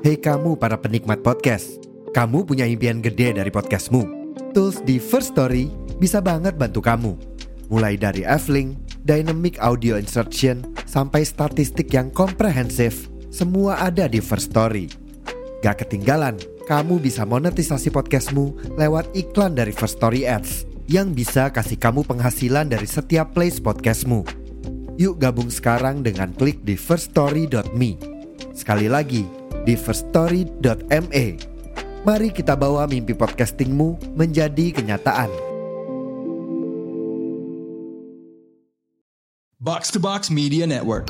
Hei kamu para penikmat podcast, kamu punya impian gede dari podcastmu? Tools di First Story bisa banget bantu kamu. Mulai dari F-Link, Dynamic Audio Insertion, sampai statistik yang komprehensif, semua ada di First Story. Gak ketinggalan, kamu bisa monetisasi podcastmu lewat iklan dari First Story Ads yang bisa kasih kamu penghasilan dari setiap plays podcastmu. Yuk gabung sekarang dengan klik di firststory.me. Sekali lagi, di firststory.me. Mari kita bawa mimpi podcastingmu menjadi kenyataan. Box to Box Media Network.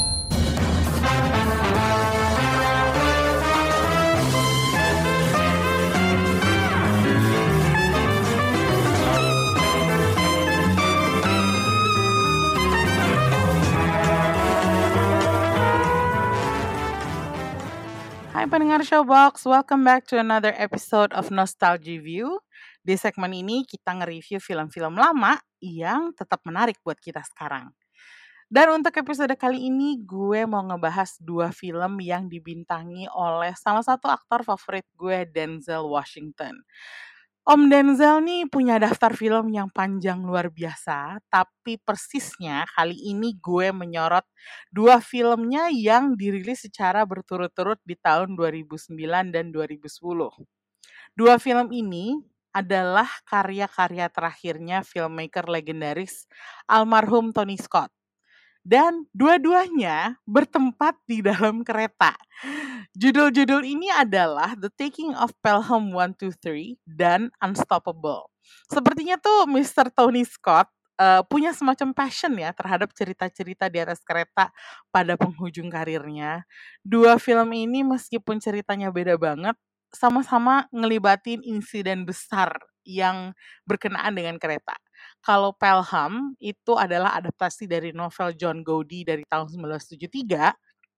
Hai pendengar Showbox, welcome back to another episode of Nostalgia View. Di segmen ini kita nge-review film-film lama yang tetap menarik buat kita sekarang. Dan untuk episode kali ini gue mau ngebahas dua film yang dibintangi oleh salah satu aktor favorit gue, Denzel Washington. Om Denzel nih punya daftar film yang panjang luar biasa, tapi persisnya kali ini gue menyorot dua filmnya yang dirilis secara berturut-turut di tahun 2009 dan 2010. Dua film ini adalah karya-karya terakhirnya filmmaker legendaris almarhum Tony Scott. Dan dua-duanya bertempat di dalam kereta. Judul-judul ini adalah The Taking of Pelham 123 dan Unstoppable. Sepertinya tuh Mr. Tony Scott punya semacam passion ya terhadap cerita-cerita di atas kereta pada penghujung karirnya. Dua film ini meskipun ceritanya beda banget, sama-sama ngelibatin insiden besar yang berkenaan dengan kereta. Kalau Pelham itu adalah adaptasi dari novel John Goody dari tahun 1973.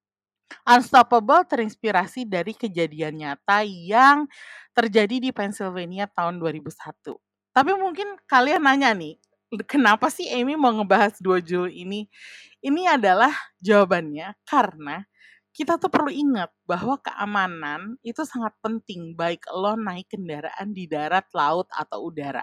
Unstoppable terinspirasi dari kejadian nyata yang terjadi di Pennsylvania tahun 2001. Tapi mungkin kalian nanya nih, kenapa sih Amy mau ngebahas dua judul ini? Ini adalah jawabannya karena kita tuh perlu ingat bahwa keamanan itu sangat penting baik lo naik kendaraan di darat, laut, atau udara.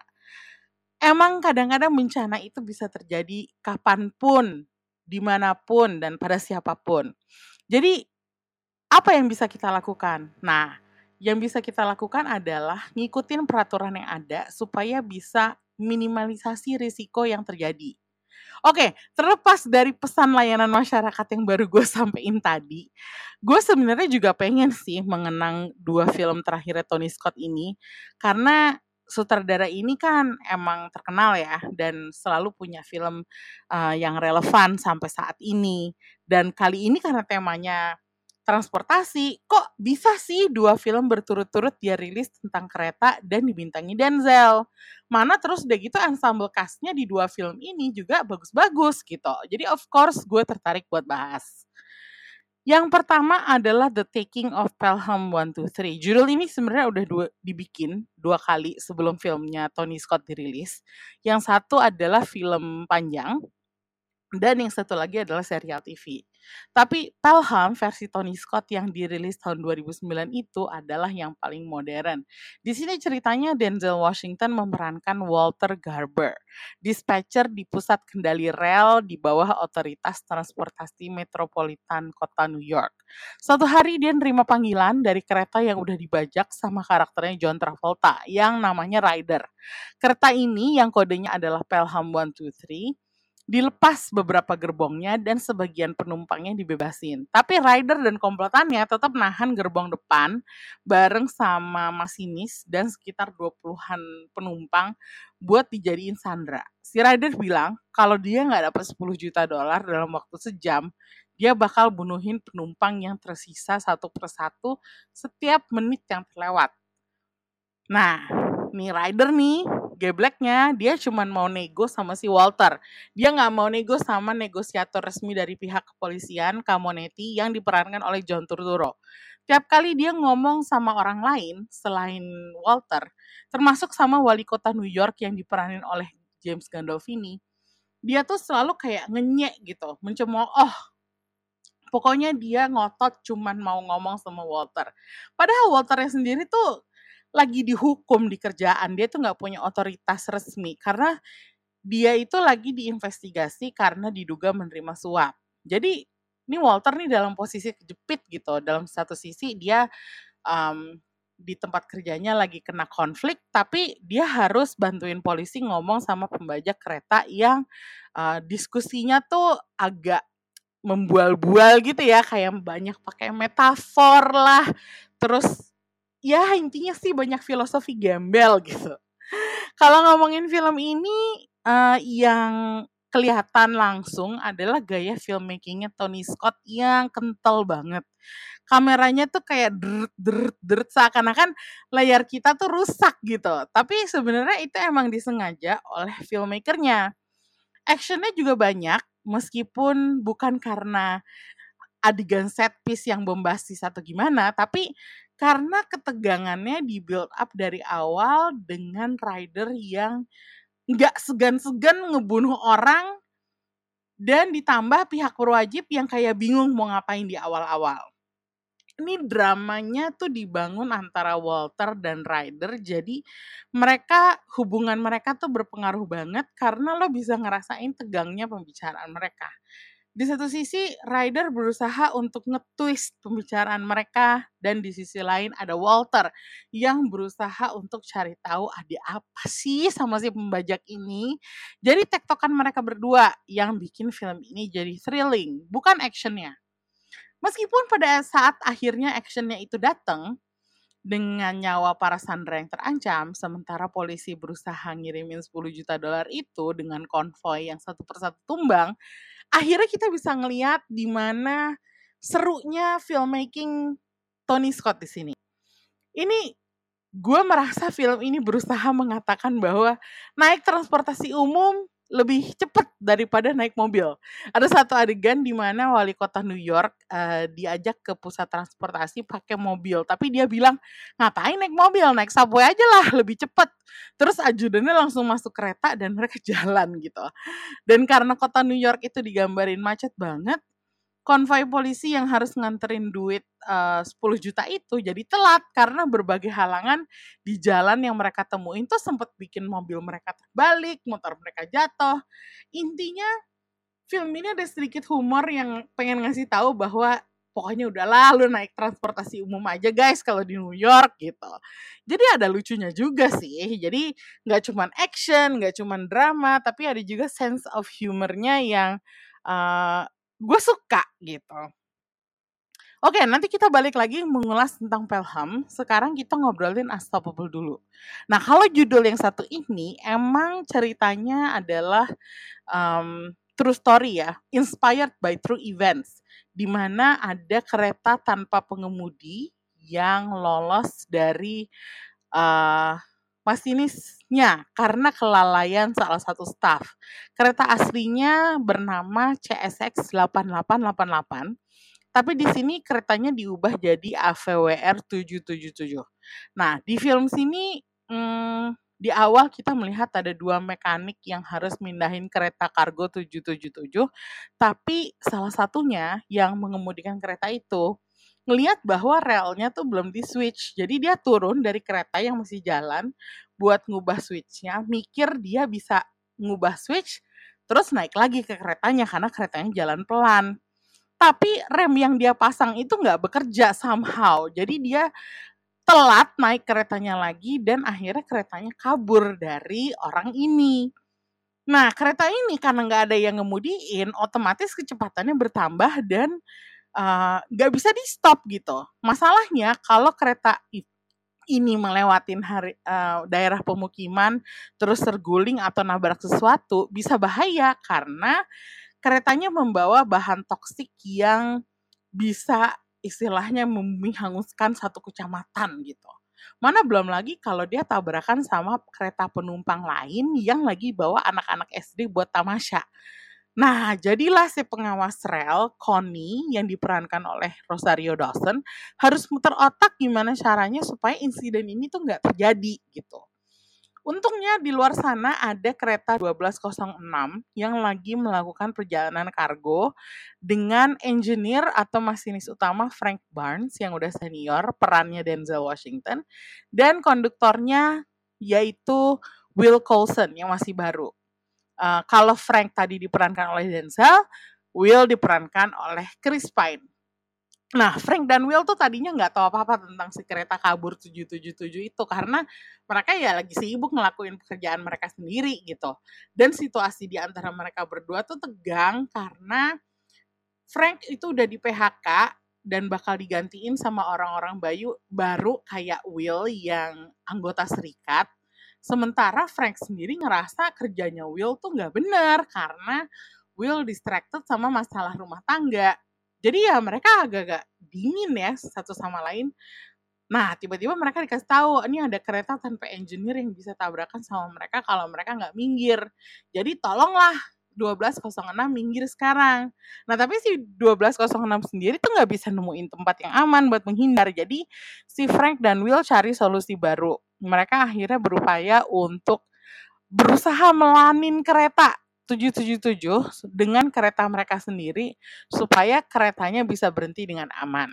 Emang kadang-kadang bencana itu bisa terjadi kapanpun, dimanapun, dan pada siapapun. Jadi apa yang bisa kita lakukan? Nah, yang bisa kita lakukan adalah ngikutin peraturan yang ada supaya bisa minimalisasi risiko yang terjadi. Oke, terlepas dari pesan layanan masyarakat yang baru gue sampein tadi, gue sebenarnya juga pengen sih mengenang dua film terakhirnya Tony Scott ini, karena sutradara ini kan emang terkenal ya, dan selalu punya film yang relevan sampai saat ini. Dan kali ini karena temanya transportasi, kok bisa sih dua film berturut-turut dia rilis tentang kereta dan dibintangi Denzel. Mana terus udah gitu ensemble cast-nya di dua film ini juga bagus-bagus gitu. Jadi of course gue tertarik buat bahas. Yang pertama adalah The Taking of Pelham 123. Judul ini sebenarnya udah dibikin dua kali sebelum filmnya Tony Scott dirilis. Yang satu adalah film panjang, dan yang satu lagi adalah serial TV. Tapi Pelham versi Tony Scott yang dirilis tahun 2009 itu adalah yang paling modern. Di sini ceritanya Denzel Washington memerankan Walter Garber, dispatcher di pusat kendali rel di bawah otoritas transportasi metropolitan kota New York. Suatu hari dia nerima panggilan dari kereta yang udah dibajak sama karakternya John Travolta yang namanya Ryder. Kereta ini yang kodenya adalah Pelham 123 dilepas beberapa gerbongnya dan sebagian penumpangnya dibebasin. Tapi rider dan komplotannya tetap nahan gerbong depan bareng sama masinis dan sekitar 20-an penumpang buat dijadiin sandera. Si rider bilang kalau dia nggak dapat $10 juta dalam waktu sejam, dia bakal bunuhin penumpang yang tersisa satu persatu setiap menit yang terlewat. Nah, nih rider nih, gebleknya dia cuma mau nego sama si Walter. Dia nggak mau nego sama negosiator resmi dari pihak kepolisian, Camonetti, yang diperankan oleh John Turturro. Tiap kali dia ngomong sama orang lain selain Walter, termasuk sama wali kota New York yang diperanin oleh James Gandolfini, dia tuh selalu kayak ngenyek gitu, mencemooh Pokoknya dia ngotot cuman mau ngomong sama Walter. Padahal Walternya sendiri tuh lagi dihukum di kerjaan. Dia tuh nggak punya otoritas resmi karena dia itu lagi diinvestigasi karena diduga menerima suap. Jadi ini Walter nih dalam posisi kejepit gitu. Dalam satu sisi dia di tempat kerjanya lagi kena konflik, tapi dia harus bantuin polisi ngomong sama pembajak kereta yang diskusinya tuh agak membual-bual gitu ya, kayak banyak pakai metafor lah. Terus ya intinya sih banyak filosofi gembel gitu. Kalau ngomongin film ini yang kelihatan langsung adalah gaya filmmakingnya Tony Scott yang kental banget. Kameranya tuh kayak deret seakan-akan layar kita tuh rusak gitu. Tapi sebenarnya itu emang disengaja oleh filmmakernya. Actionnya juga banyak, meskipun bukan karena adegan set piece yang bombastis atau gimana, tapi karena ketegangannya di build up dari awal dengan rider yang nggak segan-segan ngebunuh orang dan ditambah pihak berwajib yang kayak bingung mau ngapain di awal-awal. Ini dramanya tuh dibangun antara Walter dan Ryder, jadi hubungan mereka tuh berpengaruh banget karena lo bisa ngerasain tegangnya pembicaraan mereka. Di satu sisi Ryder berusaha untuk nge-twist pembicaraan mereka dan di sisi lain ada Walter yang berusaha untuk cari tahu ada apa sih sama si pembajak ini. Jadi tektokan mereka berdua yang bikin film ini jadi thrilling, bukan actionnya. Meskipun pada saat akhirnya actionnya itu datang dengan nyawa para sandera yang terancam, sementara polisi berusaha ngirimin 10 juta dolar itu dengan konvoy yang satu persatu tumbang, akhirnya kita bisa ngelihat di mana serunya filmmaking Tony Scott di sini. Ini gue merasa film ini berusaha mengatakan bahwa naik transportasi umum lebih cepat daripada naik mobil. Ada satu adegan di mana wali kota New York diajak ke pusat transportasi pakai mobil, tapi dia bilang ngapain naik mobil, naik subway aja lah lebih cepat. Terus ajudannya langsung masuk kereta dan mereka jalan gitu. Dan karena kota New York itu digambarin macet banget, konvoi polisi yang harus nganterin duit 10 juta itu jadi telat karena berbagai halangan di jalan yang mereka temuin tuh sempat bikin mobil mereka terbalik, motor mereka jatuh. Intinya film ini ada sedikit humor yang pengen ngasih tahu bahwa pokoknya udahlah lu naik transportasi umum aja guys kalau di New York gitu. Jadi ada lucunya juga sih. Jadi nggak cuman action, nggak cuman drama, tapi ada juga sense of humornya yang gue suka gitu. Oke, nanti kita balik lagi mengulas tentang Pelham. Sekarang kita ngobrolin Unstoppable dulu. Nah, kalau judul yang satu ini emang ceritanya adalah true story ya, inspired by true events, di mana ada kereta tanpa pengemudi yang lolos dari masinisnya karena kelalaian salah satu staf. Kereta aslinya bernama CSX 8888, tapi di sini keretanya diubah jadi AVWR 777. Nah, di film sini di awal kita melihat ada dua mekanik yang harus mindahin kereta kargo 777, tapi salah satunya yang mengemudikan kereta itu ngelihat bahwa relnya tuh belum di-switch. Jadi dia turun dari kereta yang masih jalan buat ngubah switch-nya, mikir dia bisa ngubah switch, terus naik lagi ke keretanya karena keretanya jalan pelan. Tapi rem yang dia pasang itu nggak bekerja somehow. Jadi dia telat naik keretanya lagi dan akhirnya keretanya kabur dari orang ini. Nah, kereta ini karena nggak ada yang ngemudiin, otomatis kecepatannya bertambah dan nggak bisa di stop gitu. Masalahnya kalau kereta ini melewatin daerah pemukiman terus terguling atau nabrak sesuatu bisa bahaya karena keretanya membawa bahan toksik yang bisa istilahnya menghanguskan satu kecamatan gitu. Mana belum lagi kalau dia tabrakan sama kereta penumpang lain yang lagi bawa anak-anak SD buat tamasya. Nah, jadilah si pengawas rel, Connie, yang diperankan oleh Rosario Dawson, harus muter otak gimana caranya supaya insiden ini tuh nggak terjadi gitu. Untungnya di luar sana ada kereta 1206 yang lagi melakukan perjalanan kargo dengan engineer atau masinis utama Frank Barnes yang udah senior, perannya Denzel Washington, dan konduktornya yaitu Will Coulson yang masih baru. Kalau Frank tadi diperankan oleh Denzel, Will diperankan oleh Chris Pine. Nah, Frank dan Will tuh tadinya nggak tahu apa-apa tentang si kereta kabur 777 itu karena mereka ya lagi sibuk ngelakuin pekerjaan mereka sendiri gitu. Dan situasi di antara mereka berdua tuh tegang karena Frank itu udah di PHK dan bakal digantiin sama orang-orang baru kayak Will yang anggota serikat. Sementara Frank sendiri ngerasa kerjanya Will tuh nggak bener karena Will distracted sama masalah rumah tangga. Jadi ya mereka agak-agak dingin ya satu sama lain. Nah, tiba-tiba mereka dikasih tahu, ini ada kereta tanpa engineer yang bisa tabrakan sama mereka kalau mereka nggak minggir. Jadi tolonglah 1206 minggir sekarang. Nah, tapi si 1206 sendiri tuh nggak bisa nemuin tempat yang aman buat menghindar. Jadi si Frank dan Will cari solusi baru. Mereka akhirnya berupaya untuk berusaha melanin kereta 777 dengan kereta mereka sendiri supaya keretanya bisa berhenti dengan aman.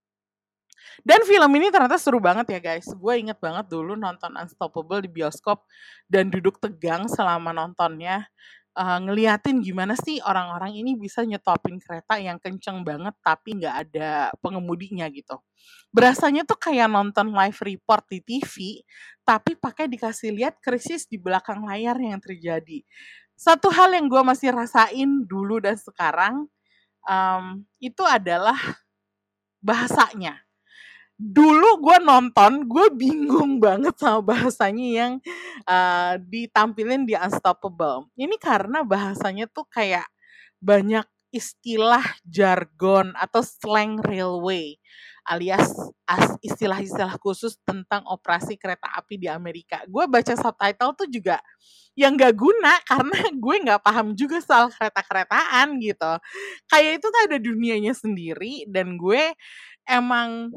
Dan film ini ternyata seru banget ya guys. Gue inget banget dulu nonton Unstoppable di bioskop dan duduk tegang selama nontonnya. Ngeliatin gimana sih orang-orang ini bisa nyetopin kereta yang kenceng banget tapi nggak ada pengemudinya gitu. Berasanya tuh kayak nonton live report di TV, tapi pakai dikasih lihat krisis di belakang layar yang terjadi. Satu hal yang gue masih rasain dulu dan sekarang, itu adalah bahasanya. Dulu gue nonton, gue bingung banget sama bahasanya yang ditampilin di Unstoppable. Ini karena bahasanya tuh kayak banyak istilah jargon atau slang railway alias istilah-istilah khusus tentang operasi kereta api di Amerika. Gue baca subtitle tuh juga yang gak guna karena gue gak paham juga soal kereta-keretaan gitu. Kayak itu tuh ada dunianya sendiri dan gue emang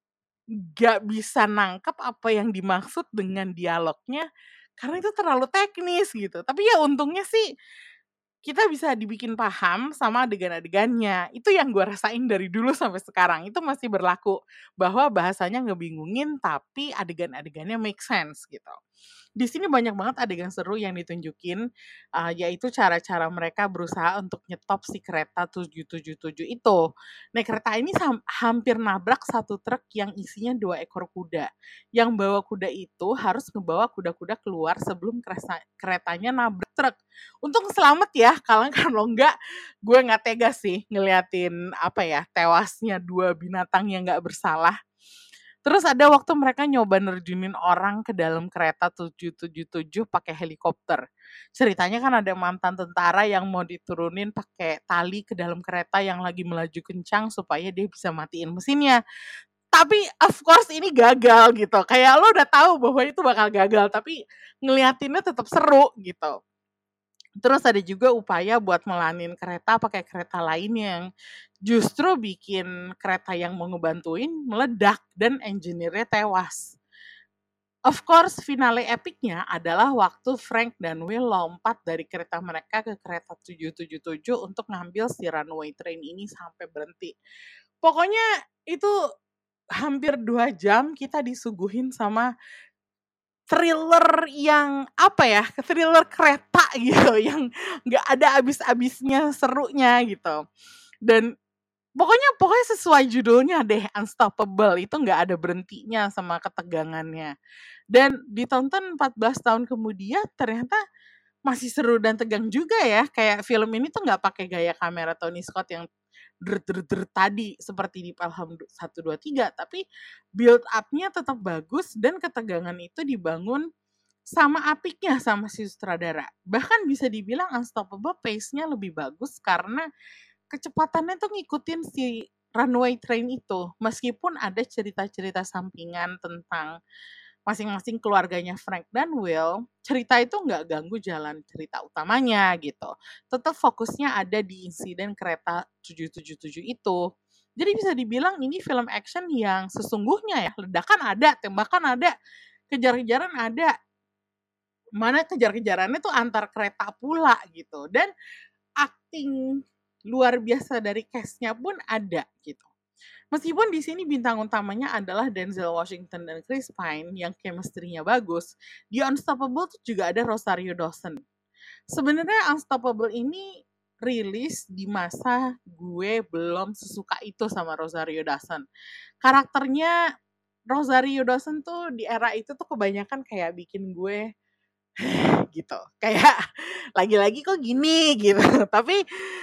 gak bisa nangkep apa yang dimaksud dengan dialognya karena itu terlalu teknis gitu. Tapi ya untungnya sih kita bisa dibikin paham sama adegan-adegannya. Itu yang gue rasain dari dulu sampai sekarang. Itu masih berlaku bahwa bahasanya ngebingungin tapi adegan-adegannya make sense gitu. Di sini banyak banget adegan seru yang ditunjukin, yaitu cara-cara mereka berusaha untuk nyetop si kereta 777 itu. Nah, kereta ini hampir nabrak satu truk yang isinya 2 ekor kuda. Yang bawa kuda itu harus ngebawa kuda-kuda keluar sebelum keretanya nabrak truk. Untung selamat ya, kalau enggak gue nggak tega sih ngeliatin tewasnya 2 binatang yang nggak bersalah. Terus ada waktu mereka nyoba nerjunin orang ke dalam kereta 777 pakai helikopter. Ceritanya kan ada mantan tentara yang mau diturunin pakai tali ke dalam kereta yang lagi melaju kencang supaya dia bisa matiin mesinnya. Tapi of course ini gagal gitu. Kayak lo udah tahu bahwa itu bakal gagal, tapi ngeliatinnya tetap seru gitu. Terus ada juga upaya buat melanin kereta pakai kereta lain yang justru bikin kereta yang mau ngebantuin meledak dan engineer-nya tewas. Of course, finale epicnya adalah waktu Frank dan Will lompat dari kereta mereka ke kereta 777 untuk ngambil si runway train ini sampai berhenti. Pokoknya itu hampir 2 jam kita disuguhin sama thriller yang thriller kereta gitu yang nggak ada abis-abisnya serunya gitu. Dan pokoknya sesuai judulnya deh, Unstoppable, itu nggak ada berhentinya sama ketegangannya. Dan ditonton 14 tahun kemudian ternyata masih seru dan tegang juga ya. Kayak film ini tuh nggak pakai gaya kamera Tony Scott yang tadi seperti di Pelham 123, tapi build up-nya tetap bagus dan ketegangan itu dibangun sama apiknya sama si sutradara. Bahkan bisa dibilang Unstoppable pace-nya lebih bagus karena kecepatannya tuh ngikutin si runway train itu. Meskipun ada cerita-cerita sampingan tentang masing-masing keluarganya Frank dan Will, cerita itu nggak ganggu jalan cerita utamanya gitu. Tetap fokusnya ada di insiden kereta 777 itu. Jadi bisa dibilang ini film action yang sesungguhnya ya, ledakan ada, tembakan ada, kejar-kejaran ada. mana kejar-kejarannya tuh antar kereta pula gitu. Dan acting luar biasa dari cast-nya pun ada gitu. Meskipun di sini bintang utamanya adalah Denzel Washington dan Chris Pine yang chemistry-nya bagus, di Unstoppable tuh juga ada Rosario Dawson. Sebenarnya Unstoppable ini rilis di masa gue belum sesuka itu sama Rosario Dawson. Karakternya Rosario Dawson tuh di era itu tuh kebanyakan kayak bikin gue gitu. Kayak lagi-lagi kok gini gitu. Tapi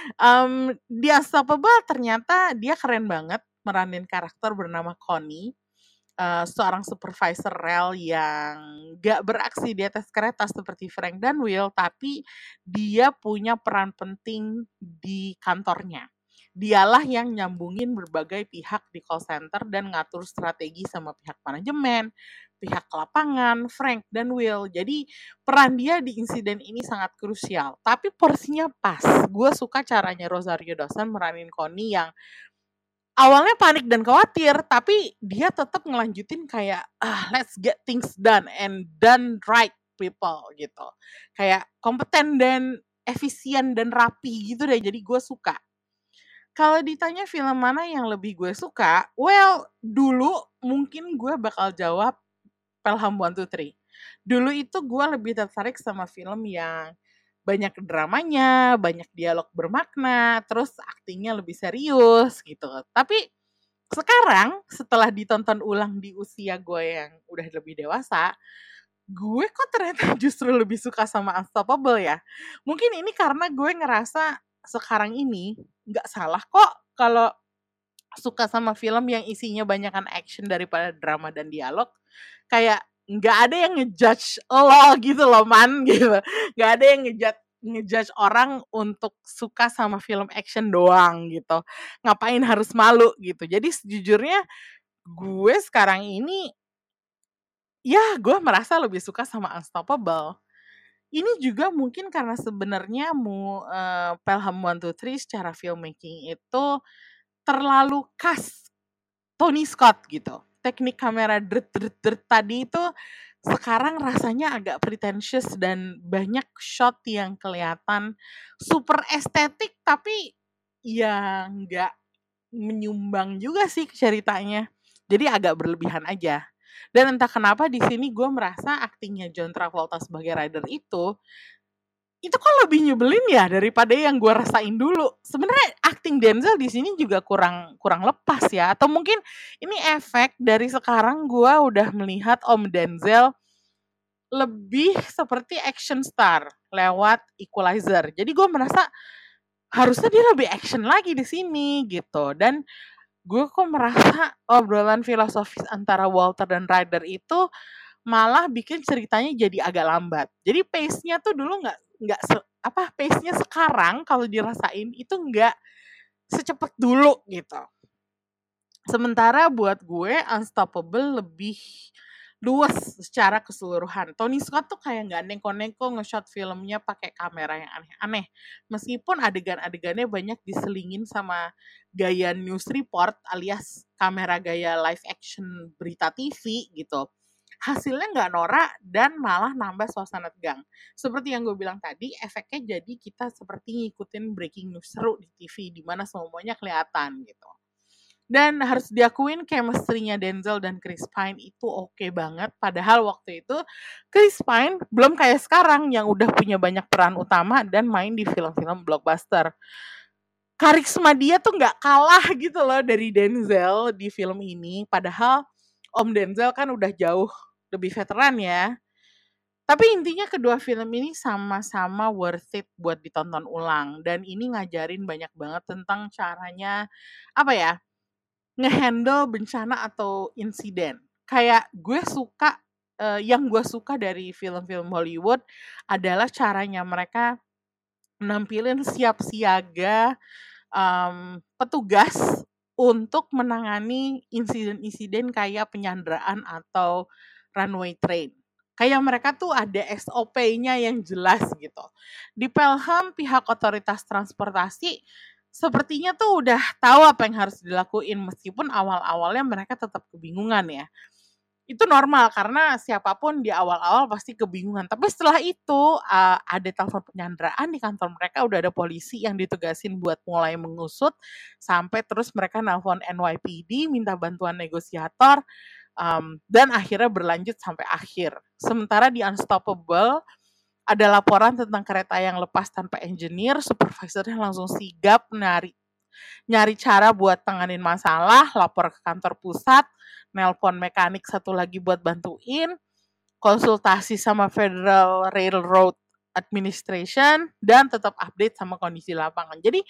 di Unstoppable ternyata dia keren banget meranin karakter bernama Connie. Seorang supervisor rel yang gak beraksi di atas kereta seperti Frank dan Will, tapi dia punya peran penting di kantornya. Dialah yang nyambungin berbagai pihak di call center dan ngatur strategi sama pihak manajemen, pihak lapangan, Frank dan Will. Jadi peran dia di insiden ini sangat krusial. Tapi porsinya pas. Gue suka caranya Rosario Dawson meranin Connie yang awalnya panik dan khawatir, tapi dia tetap ngelanjutin kayak let's get things done and done right people gitu. Kayak kompeten dan efisien dan rapi gitu deh. Jadi gue suka. Kalau ditanya film mana yang lebih gue suka, well, dulu mungkin gue bakal jawab Pelham 123. Dulu itu gue lebih tertarik sama film yang banyak dramanya, banyak dialog bermakna, terus aktingnya lebih serius gitu. Tapi sekarang setelah ditonton ulang di usia gue yang udah lebih dewasa, gue kok ternyata justru lebih suka sama Unstoppable ya. Mungkin ini karena gue ngerasa sekarang ini nggak salah kok kalau suka sama film yang isinya banyakan action daripada drama dan dialog. Kayak nggak ada yang ngejudge lo gitu loh man gitu. Nggak ada yang ngejudge orang untuk suka sama film action doang gitu. Ngapain harus malu gitu. Jadi sejujurnya gue sekarang ini ya gue merasa lebih suka sama Unstoppable. Ini juga mungkin karena sebenarnya Pelham 123 secara filmmaking itu terlalu khas Tony Scott gitu. Teknik kamera dret tadi itu sekarang rasanya agak pretentious dan banyak shot yang kelihatan super estetik tapi ya nggak menyumbang juga sih ke ceritanya. Jadi agak berlebihan aja. Dan entah kenapa di sini gue merasa aktingnya John Travolta sebagai rider itu kok lebih nyebelin ya daripada yang gue rasain dulu. Sebenarnya acting Denzel di sini juga kurang lepas ya. Atau mungkin ini efek dari sekarang gue udah melihat Om Denzel lebih seperti action star lewat Equalizer. Jadi gue merasa harusnya dia lebih action lagi di sini gitu. Dan gue kok merasa obrolan filosofis antara Walter dan Ryder itu malah bikin ceritanya jadi agak lambat. Jadi pace-nya tuh dulu pace-nya sekarang kalau dirasain itu nggak secepat dulu gitu. Sementara buat gue Unstoppable lebih luas secara keseluruhan. Tony Scott tuh kayak nggak neko-neko nge-shot filmnya pakai kamera yang aneh-aneh. Meskipun adegan-adegannya banyak diselingin sama gaya news report alias kamera gaya live action berita TV gitu. Hasilnya nggak norak dan malah nambah suasana tegang. Seperti yang gue bilang tadi, efeknya jadi kita seperti ngikutin breaking news seru di TV di mana semuanya kelihatan gitu. Dan harus diakuin chemistry-nya Denzel dan Chris Pine itu oke banget. Padahal waktu itu Chris Pine belum kayak sekarang yang udah punya banyak peran utama dan main di film-film blockbuster. Karisma dia tuh nggak kalah gitu loh dari Denzel di film ini. Padahal Om Denzel kan udah jauh lebih veteran ya. Tapi intinya kedua film ini sama-sama worth it buat ditonton ulang. Dan ini ngajarin banyak banget tentang caranya, ngehandle bencana atau insiden. Kayak gue suka, yang gue suka dari film-film Hollywood adalah caranya mereka nampilin siap siaga petugas untuk menangani insiden-insiden kayak penyanderaan atau runway train. Kayak mereka tuh ada SOP-nya yang jelas gitu. Di Pelham pihak otoritas transportasi sepertinya tuh udah tahu apa yang harus dilakuin meskipun awal-awalnya mereka tetap kebingungan ya. Itu normal karena siapapun di awal-awal pasti kebingungan. Tapi setelah itu ada telepon penyanderaan di kantor mereka, udah ada polisi yang ditugasin buat mulai mengusut, sampai terus mereka nelpon NYPD minta bantuan negosiator, dan akhirnya berlanjut sampai akhir. Sementara di Unstoppable ada laporan tentang kereta yang lepas tanpa engineer, supervisornya langsung sigap nyari cara buat tanganin masalah, lapor ke kantor pusat, nelpon mekanik satu lagi buat bantuin, konsultasi sama Federal Railroad Administration, dan tetap update sama kondisi lapangan. Jadi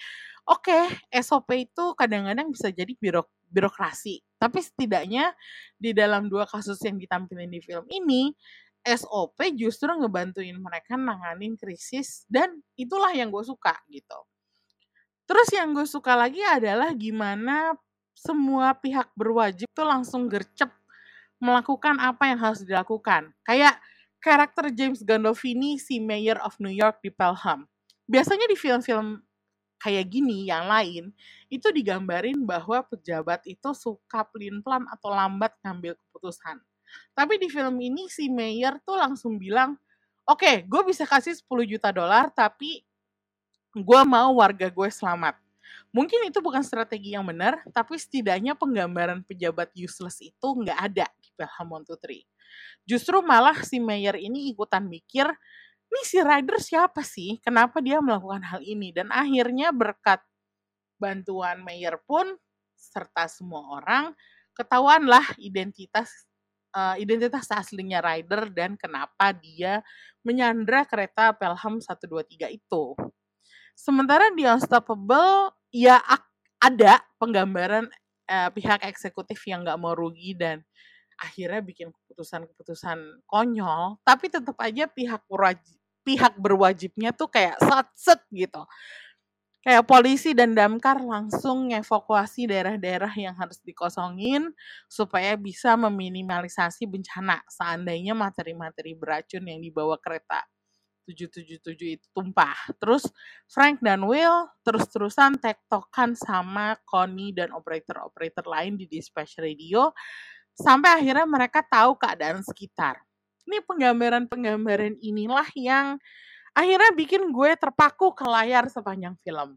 SOP itu kadang-kadang bisa jadi birokrasi, tapi setidaknya di dalam 2 kasus yang ditampilin di film ini, SOP justru ngebantuin mereka nanganin krisis, dan itulah yang gue suka gitu. Terus yang gue suka lagi adalah gimana semua pihak berwajib tuh langsung gercep melakukan apa yang harus dilakukan. Kayak karakter James Gandolfini, si Mayor of New York di Pelham. Biasanya di film-film kayak gini yang lain, itu digambarin bahwa pejabat itu suka pelin-pelan atau lambat ngambil keputusan. Tapi di film ini si Mayor tuh langsung bilang, oke, gue bisa kasih $10 juta, tapi gue mau warga gue selamat. Mungkin itu bukan strategi yang benar, tapi setidaknya penggambaran pejabat useless itu nggak ada di Pelham 1, 2, 3. Justru malah si Mayor ini ikutan mikir, nih si Ryder siapa sih? Kenapa dia melakukan hal ini? Dan akhirnya berkat bantuan Mayor pun, serta semua orang, ketahuanlah identitas aslinya Ryder dan kenapa dia menyandra kereta Pelham 1, 2, 3 itu. Sementara di Unstoppable ya ada penggambaran pihak eksekutif yang nggak mau rugi dan akhirnya bikin keputusan-keputusan konyol, tapi tetap aja pihak berwajibnya tuh kayak set gitu. Kayak polisi dan damkar langsung ngevakuasi daerah-daerah yang harus dikosongin supaya bisa meminimalisasi bencana seandainya materi-materi beracun yang dibawa kereta 777 itu tumpah. Terus Frank dan Will terus-terusan tektokan sama Connie dan operator-operator lain di dispatch radio sampai akhirnya mereka tahu keadaan sekitar. Ini penggambaran-penggambaran inilah yang akhirnya bikin gue terpaku ke layar sepanjang film.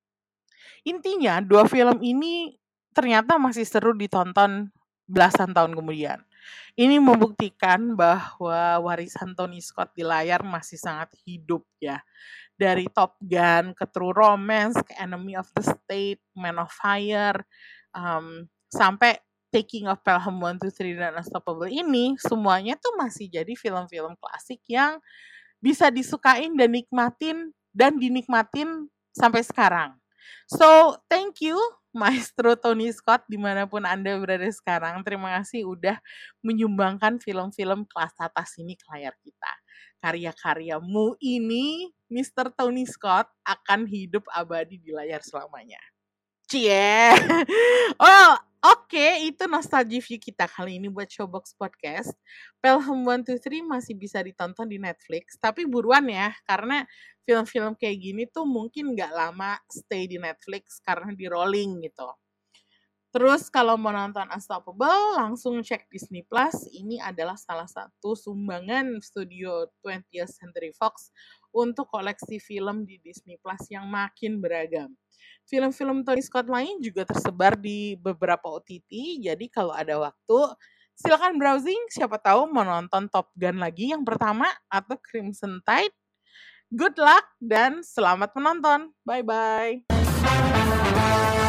Intinya 2 film ini ternyata masih seru ditonton belasan tahun kemudian. Ini membuktikan bahwa warisan Tony Scott di layar masih sangat hidup ya. Dari Top Gun ke True Romance, ke Enemy of the State, Man of Fire, sampai Taking of Pelham 1, 2, 3 dan Unstoppable ini semuanya tuh masih jadi film-film klasik yang bisa disukain dan dinikmatin sampai sekarang. So, thank you Maestro Tony Scott dimanapun Anda berada sekarang. Terima kasih udah menyumbangkan film-film kelas atas ini ke layar kita. Karya-karyamu ini, Mr. Tony Scott, akan hidup abadi di layar selamanya. Cie. Oh, oke, itu nostalgia view kita kali ini buat Showbox Podcast. Pelham 1, 2, 3 masih bisa ditonton di Netflix, tapi buruan ya, karena film-film kayak gini tuh mungkin nggak lama stay di Netflix karena di rolling gitu. Terus kalau mau nonton Unstoppable, langsung cek Disney Plus. Ini adalah salah satu sumbangan studio 20th Century Fox untuk koleksi film di Disney Plus yang makin beragam. Film-film Tony Scott lain juga tersebar di beberapa OTT, jadi kalau ada waktu, silakan browsing, siapa tahu mau nonton Top Gun lagi yang pertama atau Crimson Tide. Good luck dan selamat menonton. Bye-bye.